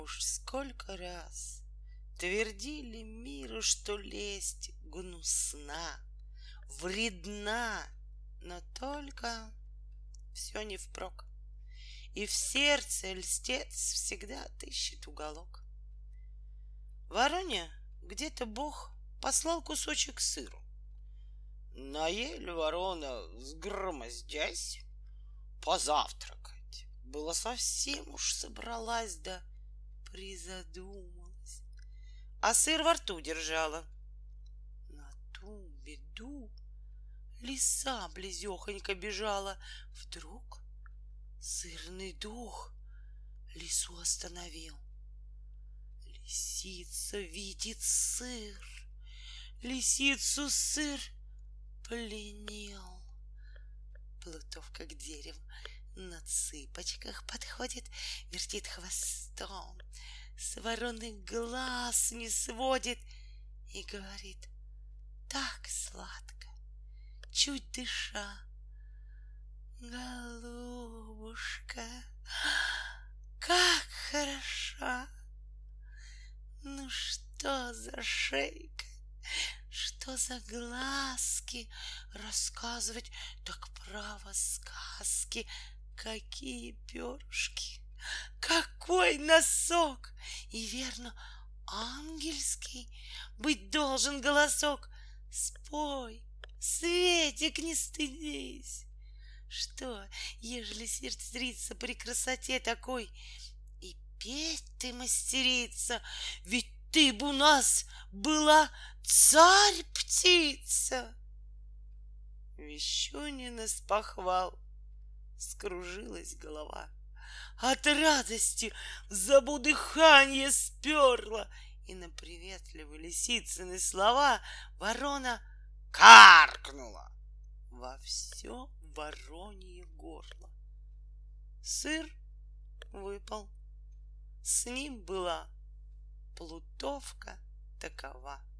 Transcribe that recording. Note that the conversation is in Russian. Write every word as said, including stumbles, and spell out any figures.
Уж сколько раз твердили миру, что лесть гнусна, вредна, но только все не впрок. И в сердце льстец всегда отыщет уголок. Вороне где-то Бог послал кусочек сыру. Наель ворона, сгромоздясь, позавтракать. Было совсем уж собралась, да призадумалась, а сыр во рту держала. На ту беду лиса близехонько бежала. Вдруг сырный дух лису остановил. Лисица видит сыр, лисицу сыр пленил. Плутовка к дереву на цыпочках подходит, вертит хвостом, с вороны глаз не сводит и говорит так сладко, чуть дыша: голубушка, как хороша! Ну что за шейка, что за глазки, рассказывать так право сказки. Какие перышки, какой носок! И верно, ангельский быть должен голосок. Спой, Светик, не стыдись. Что, ежели сердце при красоте такой, и петь ты мастерица, ведь ты б у нас была царь-птица. Вещунина с похвал скружилась голова, от радости забу дыхание сперла, и на приветливые лисицыны слова ворона каркнула во все воронье горло. Сыр выпал, с ним была плутовка такова.